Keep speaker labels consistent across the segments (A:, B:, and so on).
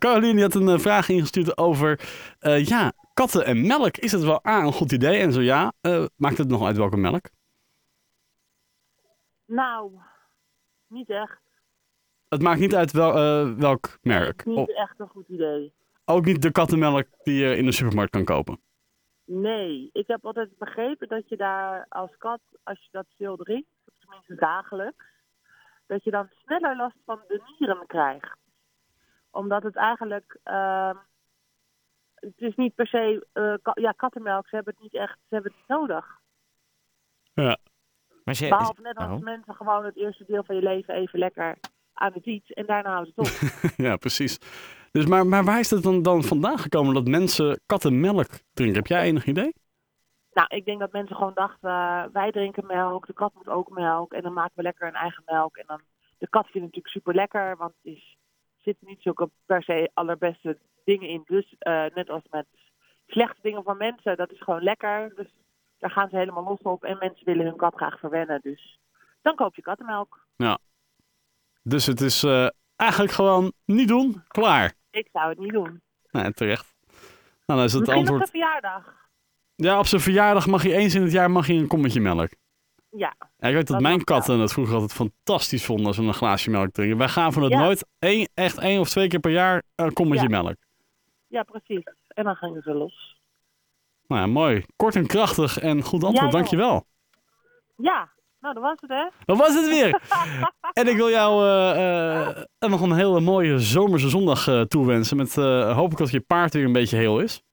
A: Caroline had een vraag ingestuurd over katten en melk. Is het wel een goed idee? En zo ja, maakt het nog uit welke melk?
B: Nou, niet echt.
A: Het maakt niet uit welk merk.
B: Niet echt een goed idee.
A: Ook niet de kattenmelk die je in de supermarkt kan kopen.
B: Nee, ik heb altijd begrepen dat je daar als kat, als je dat veel drinkt, of tenminste dagelijks, dat je dan sneller last van de nieren krijgt. Omdat het eigenlijk, het is niet per se, kattenmelk, ze hebben het niet echt, ze hebben het niet nodig.
A: Ja.
B: Behalve net als mensen gewoon het eerste deel van je leven even lekker aan de fiets en daarna houden ze het op.
A: Ja, precies. Dus, maar waar is het dan vandaan gekomen dat mensen kattenmelk drinken? Heb jij enig idee?
B: Nou, ik denk dat mensen gewoon dachten, wij drinken melk, de kat moet ook melk en dan maken we lekker een eigen melk. En dan, de kat vindt het natuurlijk super lekker, want er zitten niet zulke per se allerbeste dingen in. Dus net als met slechte dingen van mensen, dat is gewoon lekker. Dus daar gaan ze helemaal los op en mensen willen hun kat graag verwennen. Dus dan koop je kattenmelk.
A: Ja. Dus het is eigenlijk gewoon niet doen, klaar.
B: Ik zou het niet doen.
A: Nee, terecht. Nou, dan is het
B: Misschien
A: antwoord.
B: op de verjaardag.
A: Ja, op zijn verjaardag mag je eens in het jaar een kommetje melk.
B: Ja.
A: Ja, ik weet dat mijn katten dat vroeger altijd fantastisch vonden als we een glaasje melk drinken. Wij gaven het nooit echt 1 of 2 keer per jaar een kommetje melk.
B: Ja, precies. En dan gingen ze los.
A: Nou ja, mooi. Kort en krachtig en goed antwoord, dankjewel.
B: Ja, nou dat was het hè.
A: Dat was het weer. En ik wil jou nog een hele mooie zomerse zondag toewensen. Met hoop ik dat je paard weer een beetje heel is.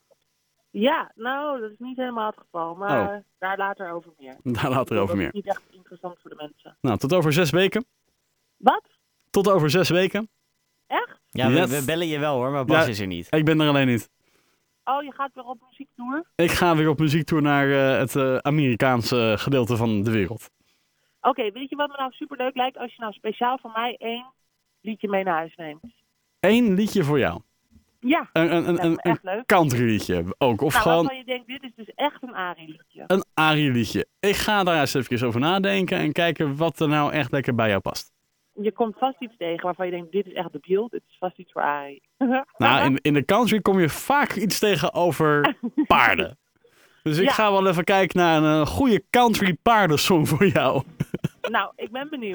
B: Ja, nou dat is niet helemaal het geval. Maar daar later over meer.
A: Daar later over meer.
B: Dat is niet echt interessant voor de mensen.
A: Nou, tot over 6 weken.
B: Wat?
A: Tot over 6 weken.
B: Echt?
C: Ja, we bellen je wel hoor, maar Bas is er niet.
A: Ik ben er alleen niet.
B: Oh, je gaat weer op muziektour?
A: Ik ga weer op muziektour naar het Amerikaanse gedeelte van de wereld.
B: Oké, weet je wat me nou superleuk lijkt? Als je nou speciaal voor mij 1 liedje mee naar huis neemt.
A: 1 liedje voor jou.
B: Ja,
A: een country liedje ook. Of gewoon
B: waarvan je denkt, dit is dus echt een Arie liedje.
A: Een Arie liedje. Ik ga daar eens even over nadenken en kijken wat er nou echt lekker bij jou past.
B: Je komt vast iets tegen waarvan je denkt, dit is echt debiel, dit is vast iets voor Arie.
A: Nou, in de country kom je vaak iets tegen over paarden. Dus ik ga wel even kijken naar een goede country paardensong voor jou.
B: Nou, ik ben benieuwd.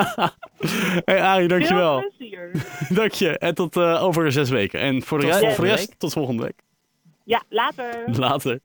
A: Hey Arie, dankjewel.
B: Veel plezier.
A: Dank je. En tot over 6 weken. En voor de rest, tot volgende week.
B: Ja, later.
A: Later.